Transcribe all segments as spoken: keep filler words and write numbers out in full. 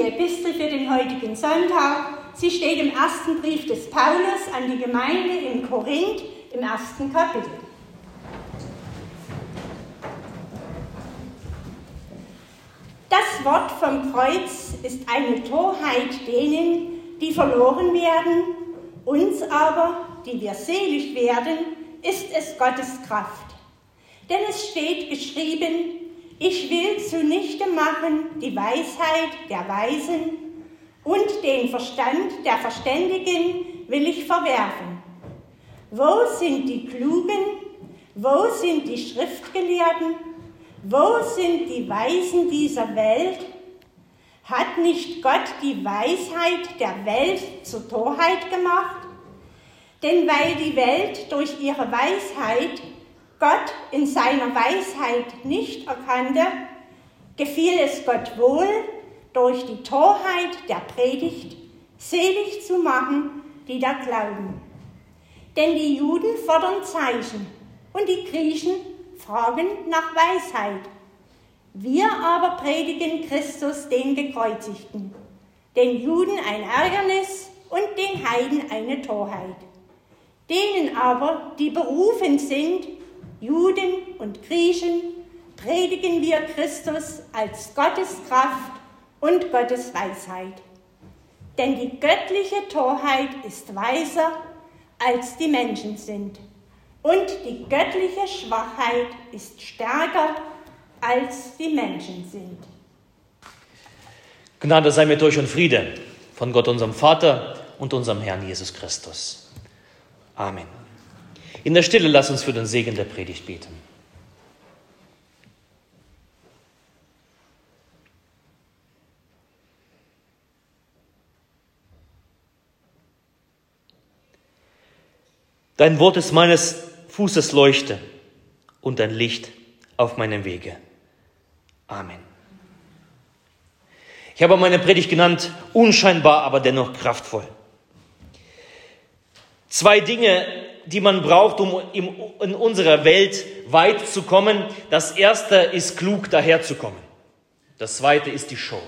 Epistel für den heutigen Sonntag. Sie steht im ersten Brief des Paulus an die Gemeinde in Korinth im ersten Kapitel. Das Wort vom Kreuz ist eine Torheit denen, die verloren werden, uns aber, die wir selig werden, ist es Gottes Kraft. Denn es steht geschrieben, ich will zunichte machen die Weisheit der Weisen und den Verstand der Verständigen will ich verwerfen. Wo sind die Klugen? Wo sind die Schriftgelehrten? Wo sind die Weisen dieser Welt? Hat nicht Gott die Weisheit der Welt zur Torheit gemacht? Denn weil die Welt durch ihre Weisheit Gott in seiner Weisheit nicht erkannte, gefiel es Gott wohl, durch die Torheit der Predigt selig zu machen, die da glauben. Denn die Juden fordern Zeichen und die Griechen fragen nach Weisheit. Wir aber predigen Christus, den Gekreuzigten, den Juden ein Ärgernis und den Heiden eine Torheit. Denen aber, die berufen sind, Juden und Griechen, predigen wir Christus als Gottes Kraft und Gottes Weisheit. Denn die göttliche Torheit ist weiser, als die Menschen sind. Und die göttliche Schwachheit ist stärker, als die Menschen sind. Gnade sei mit euch und Friede von Gott, unserem Vater und unserem Herrn Jesus Christus. Amen. In der Stille lass uns für den Segen der Predigt beten. Dein Wort ist meines Fußes Leuchte und ein Licht auf meinem Wege. Amen. Ich habe meine Predigt genannt, unscheinbar, aber dennoch kraftvoll. Zwei Dinge, die man braucht, um in unserer Welt weit zu kommen. Das erste ist klug daherzukommen. Das zweite ist die Show.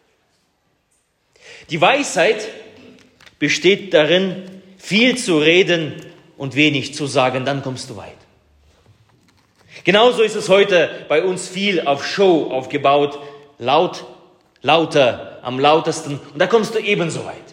Die Weisheit besteht darin, viel zu reden und wenig zu sagen, dann kommst du weit. Genauso ist es heute bei uns viel auf Show aufgebaut, laut, lauter, am lautesten, und da kommst du ebenso weit.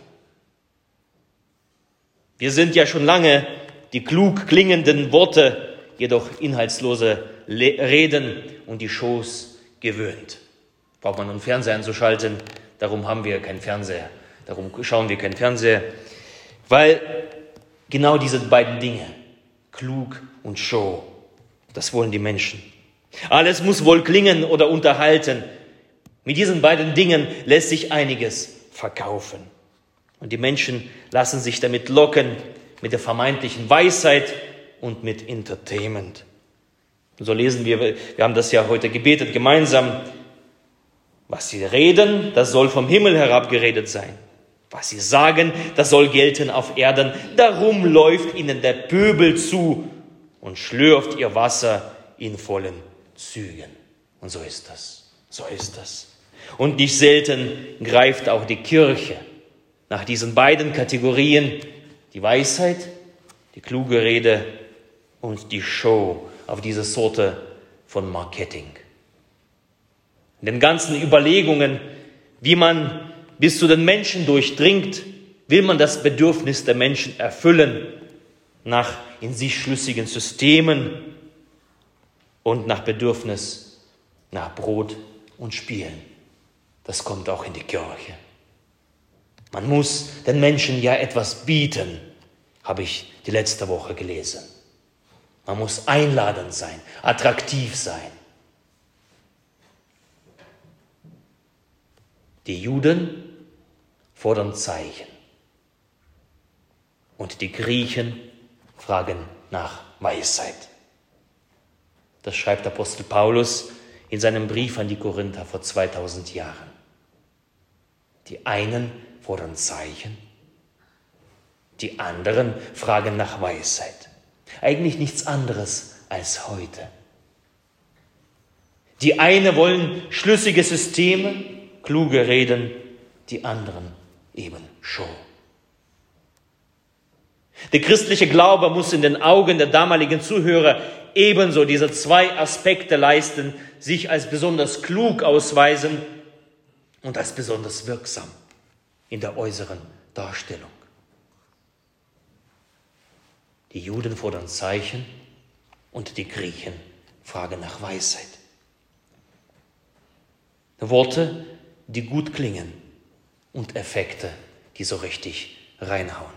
Wir sind ja schon lange die klug klingenden Worte, jedoch inhaltslose Reden und die Shows gewöhnt. Braucht man einen Fernseher einzuschalten, darum haben wir keinen Fernseher, darum schauen wir keinen Fernseher, weil genau diese beiden Dinge, klug und Show, das wollen die Menschen. Alles muss wohl klingen oder unterhalten. Mit diesen beiden Dingen lässt sich einiges verkaufen. Und die Menschen lassen sich damit locken, mit der vermeintlichen Weisheit und mit Entertainment. Und so lesen wir, wir haben das ja heute gebetet gemeinsam, was sie reden, das soll vom Himmel herabgeredet sein. Was sie sagen, das soll gelten auf Erden. Darum läuft ihnen der Pöbel zu und schlürft ihr Wasser in vollen Zügen. Und so ist das, so ist das. Und nicht selten greift auch die Kirche nach diesen beiden Kategorien, die Weisheit, die kluge Rede und die Show, auf diese Sorte von Marketing. In den ganzen Überlegungen, wie man bis zu den Menschen durchdringt, will man das Bedürfnis der Menschen erfüllen nach in sich schlüssigen Systemen und nach Bedürfnis nach Brot und Spielen. Das kommt auch in die Kirche. Man muss den Menschen ja etwas bieten, habe ich die letzte Woche gelesen. Man muss einladend sein, attraktiv sein. Die Juden fordern Zeichen und die Griechen fragen nach Weisheit. Das schreibt Apostel Paulus in seinem Brief an die Korinther vor zweitausend Jahren. Die einen fordern Zeichen, die anderen fragen nach Weisheit. Eigentlich nichts anderes als heute. Die einen wollen schlüssige Systeme, kluge Reden, die anderen eben schon. Der christliche Glaube muss in den Augen der damaligen Zuhörer ebenso diese zwei Aspekte leisten, sich als besonders klug ausweisen und als besonders wirksam in der äußeren Darstellung. Die Juden fordern Zeichen und die Griechen fragen nach Weisheit. Worte, die gut klingen und Effekte, die so richtig reinhauen.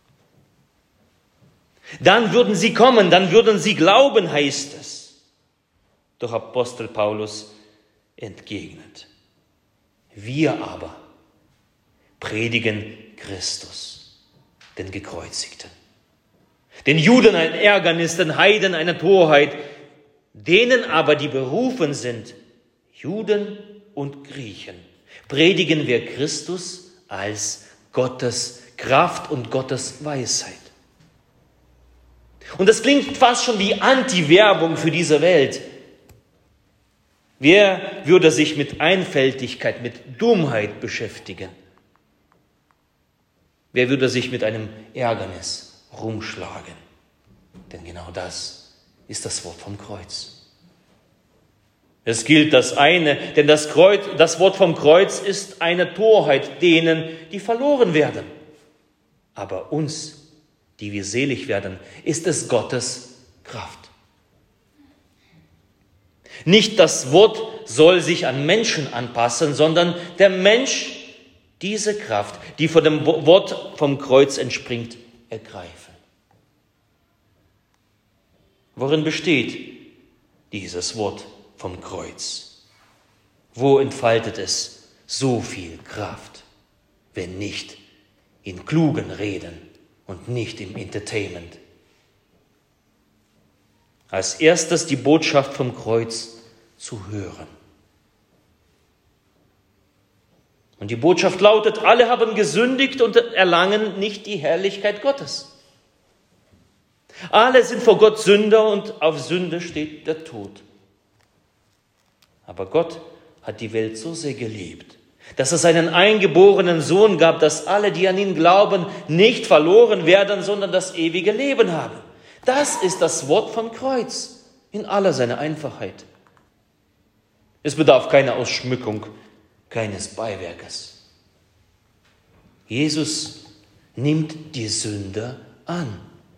Dann würden sie kommen, dann würden sie glauben, heißt es. Doch Apostel Paulus entgegnet: Wir aber predigen Christus, den Gekreuzigten. Den Juden ein Ärgernis, den Heiden eine Torheit, denen aber, die berufen sind, Juden und Griechen, predigen wir Christus als Gottes Kraft und Gottes Weisheit. Und das klingt fast schon wie Anti-Werbung für diese Welt. Wer würde sich mit Einfältigkeit, mit Dummheit beschäftigen? Wer würde sich mit einem Ärgernis rumschlagen? Denn genau das ist das Wort vom Kreuz. Es gilt das eine, denn das, Kreuz, das Wort vom Kreuz ist eine Torheit denen, die verloren werden. Aber uns, die wir selig werden, ist es Gottes Kraft. Nicht das Wort soll sich an Menschen anpassen, sondern der Mensch diese Kraft, die von dem Wort vom Kreuz entspringt, ergreifen. Worin besteht dieses Wort vom Kreuz? Wo entfaltet es so viel Kraft, wenn nicht in klugen Reden und nicht im Entertainment? Als erstes die Botschaft vom Kreuz zu hören. Und die Botschaft lautet: Alle haben gesündigt und erlangen nicht die Herrlichkeit Gottes. Alle sind vor Gott Sünder und auf Sünde steht der Tod. Aber Gott hat die Welt so sehr geliebt, dass es einen eingeborenen Sohn gab, dass alle, die an ihn glauben, nicht verloren werden, sondern das ewige Leben haben. Das ist das Wort vom Kreuz in aller seiner Einfachheit. Es bedarf keiner Ausschmückung, keines Beiwerkes. Jesus nimmt die Sünder an.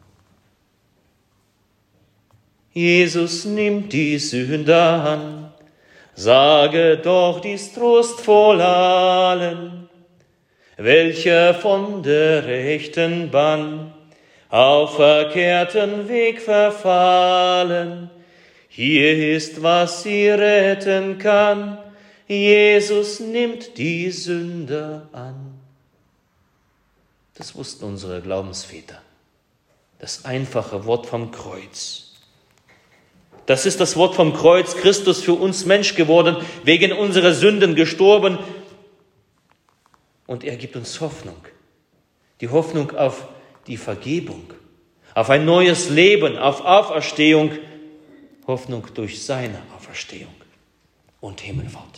Jesus nimmt die Sünder an. Sage doch dies trostvoll allen, welche von der rechten Bann auf verkehrten Weg verfallen. Hier ist, was sie retten kann. Jesus nimmt die Sünder an. Das wussten unsere Glaubensväter. Das einfache Wort vom Kreuz. Das ist das Wort vom Kreuz, Christus für uns Mensch geworden, wegen unserer Sünden gestorben. Und er gibt uns Hoffnung. Die Hoffnung auf die Vergebung, auf ein neues Leben, auf Auferstehung. Hoffnung durch seine Auferstehung und Himmelfahrt.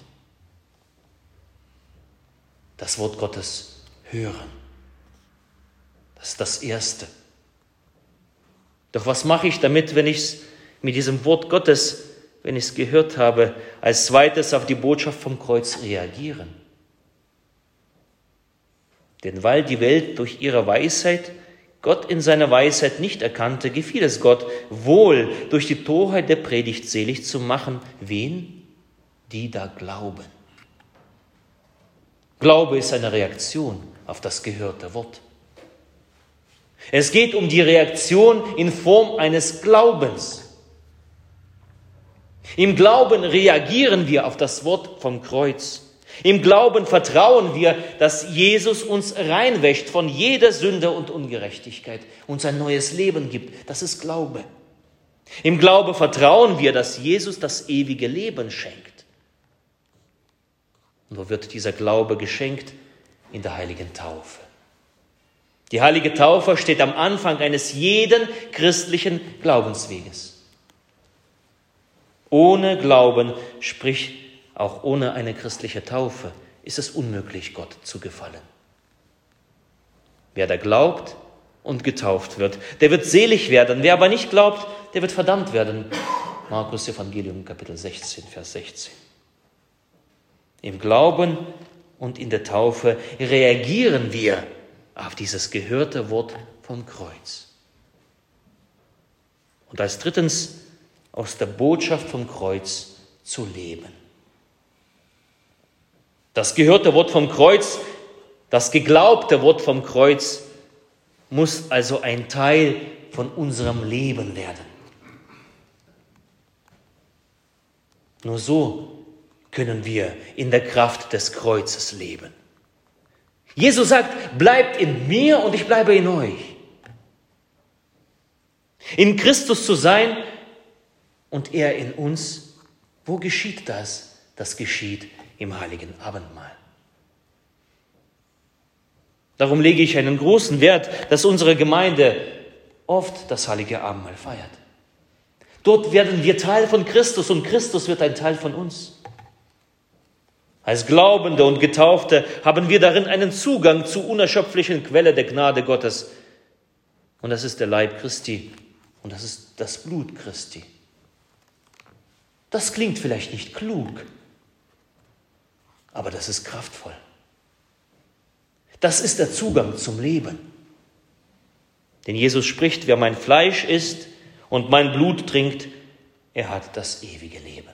Das Wort Gottes hören. Das ist das Erste. Doch was mache ich damit, wenn ich es mit diesem Wort Gottes, wenn ich es gehört habe, als zweites auf die Botschaft vom Kreuz reagieren? Denn weil die Welt durch ihre Weisheit Gott in seiner Weisheit nicht erkannte, gefiel es Gott wohl, durch die Torheit der Predigt selig zu machen. Wen? Die da glauben. Glaube ist eine Reaktion auf das gehörte Wort. Es geht um die Reaktion in Form eines Glaubens. Im Glauben reagieren wir auf das Wort vom Kreuz. Im Glauben vertrauen wir, dass Jesus uns reinwäscht von jeder Sünde und Ungerechtigkeit, uns ein neues Leben gibt. Das ist Glaube. Im Glaube vertrauen wir, dass Jesus das ewige Leben schenkt. Und wo wird dieser Glaube geschenkt? In der heiligen Taufe. Die heilige Taufe steht am Anfang eines jeden christlichen Glaubensweges. Ohne Glauben, sprich auch ohne eine christliche Taufe, ist es unmöglich, Gott zu gefallen. Wer da glaubt und getauft wird, der wird selig werden. Wer aber nicht glaubt, der wird verdammt werden. Markus Evangelium, Kapitel sechzehn, Vers sechzehn. Im Glauben und in der Taufe reagieren wir auf dieses gehörte Wort vom Kreuz. Und als drittens, aus der Botschaft vom Kreuz zu leben. Das gehörte Wort vom Kreuz, das geglaubte Wort vom Kreuz, muss also ein Teil von unserem Leben werden. Nur so können wir in der Kraft des Kreuzes leben. Jesus sagt, bleibt in mir und ich bleibe in euch. In Christus zu sein und er in uns, wo geschieht das? Das geschieht im heiligen Abendmahl. Darum lege ich einen großen Wert, dass unsere Gemeinde oft das heilige Abendmahl feiert. Dort werden wir Teil von Christus und Christus wird ein Teil von uns. Als Glaubende und Getaufte haben wir darin einen Zugang zur unerschöpflichen Quelle der Gnade Gottes. Und das ist der Leib Christi und das ist das Blut Christi. Das klingt vielleicht nicht klug, aber das ist kraftvoll. Das ist der Zugang zum Leben. Denn Jesus spricht, wer mein Fleisch isst und mein Blut trinkt, er hat das ewige Leben.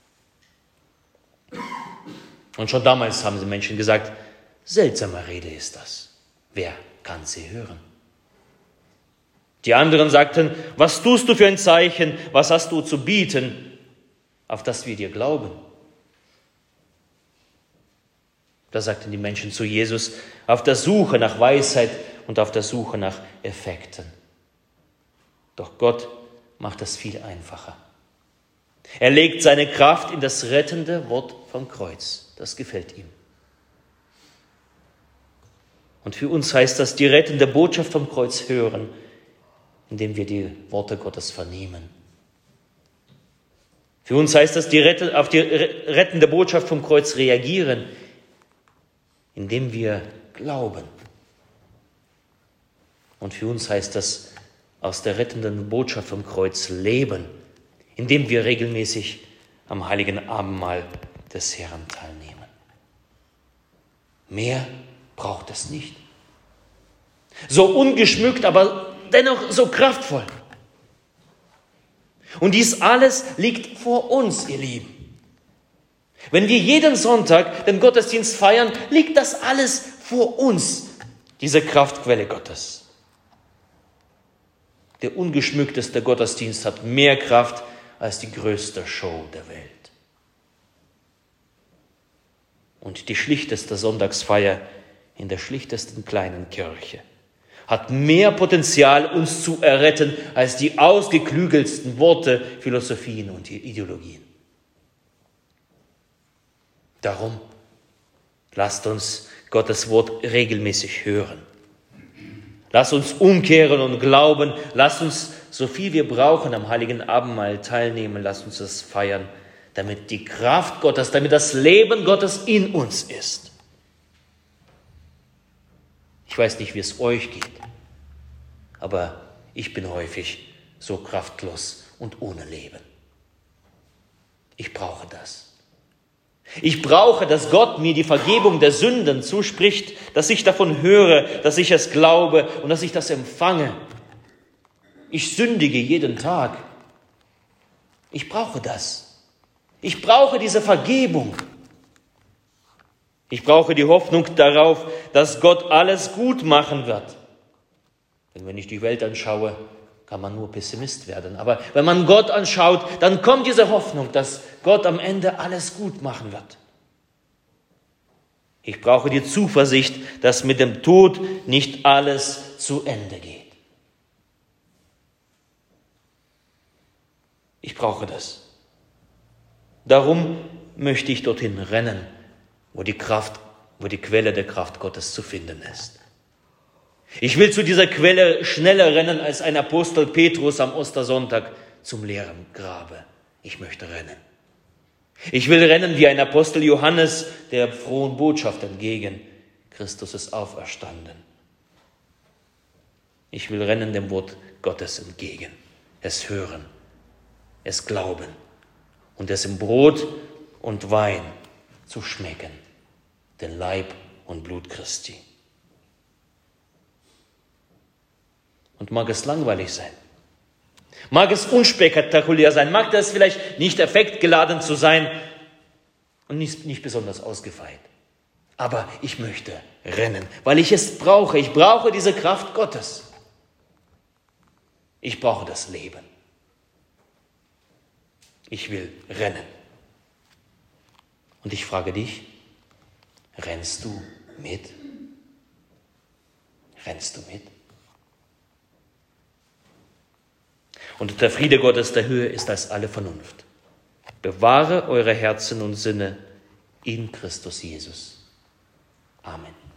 Und schon damals haben die Menschen gesagt, seltsame Rede ist das. Wer kann sie hören? Die anderen sagten, was tust du für ein Zeichen? Was hast du zu bieten, auf das wir dir glauben? Da sagten die Menschen zu Jesus, auf der Suche nach Weisheit und auf der Suche nach Effekten. Doch Gott macht es viel einfacher. Er legt seine Kraft in das rettende Wort vom Kreuz. Das gefällt ihm. Und für uns heißt das, die rettende Botschaft vom Kreuz hören, indem wir die Worte Gottes vernehmen. Für uns heißt das, die Rette, auf die rettende Botschaft vom Kreuz reagieren, indem wir glauben. Und für uns heißt das, aus der rettenden Botschaft vom Kreuz leben, indem wir regelmäßig am heiligen Abendmahl des Herrn teilnehmen. Mehr braucht es nicht. So ungeschmückt, aber dennoch so kraftvoll. Und dies alles liegt vor uns, ihr Lieben. Wenn wir jeden Sonntag den Gottesdienst feiern, liegt das alles vor uns, diese Kraftquelle Gottes. Der ungeschmückteste Gottesdienst hat mehr Kraft als die größte Show der Welt. Und die schlichteste Sonntagsfeier in der schlichtesten kleinen Kirche hat mehr Potenzial, uns zu erretten, als die ausgeklügelsten Worte, Philosophien und Ideologien. Darum lasst uns Gottes Wort regelmäßig hören. Lasst uns umkehren und glauben. Lasst uns, so viel wir brauchen, am heiligen Abendmahl teilnehmen. Lasst uns das feiern, damit die Kraft Gottes, damit das Leben Gottes in uns ist. Ich weiß nicht, wie es euch geht, aber ich bin häufig so kraftlos und ohne Leben. Ich brauche das. Ich brauche, dass Gott mir die Vergebung der Sünden zuspricht, dass ich davon höre, dass ich es glaube und dass ich das empfange. Ich sündige jeden Tag. Ich brauche das. Ich brauche diese Vergebung. Ich brauche die Hoffnung darauf, dass Gott alles gut machen wird. Denn wenn ich die Welt anschaue, kann man nur Pessimist werden. Aber wenn man Gott anschaut, dann kommt diese Hoffnung, dass Gott am Ende alles gut machen wird. Ich brauche die Zuversicht, dass mit dem Tod nicht alles zu Ende geht. Ich brauche das. Darum möchte ich dorthin rennen, wo die Kraft, wo die Quelle der Kraft Gottes zu finden ist. Ich will zu dieser Quelle schneller rennen als ein Apostel Petrus am Ostersonntag zum leeren Grabe. Ich möchte rennen. Ich will rennen wie ein Apostel Johannes der frohen Botschaft entgegen. Christus ist auferstanden. Ich will rennen dem Wort Gottes entgegen, es hören, es glauben und es im Brot und Wein zu schmecken, den Leib und Blut Christi. Und mag es langweilig sein, mag es unspektakulär sein, mag das vielleicht nicht effektgeladen zu sein und nicht, nicht besonders ausgefeilt. Aber ich möchte rennen, weil ich es brauche. Ich brauche diese Kraft Gottes. Ich brauche das Leben. Ich will rennen. Und ich frage dich, rennst du mit? Rennst du mit? Und der Friede Gottes der Höhe ist als alle Vernunft. Bewahre eure Herzen und Sinne in Christus Jesus. Amen.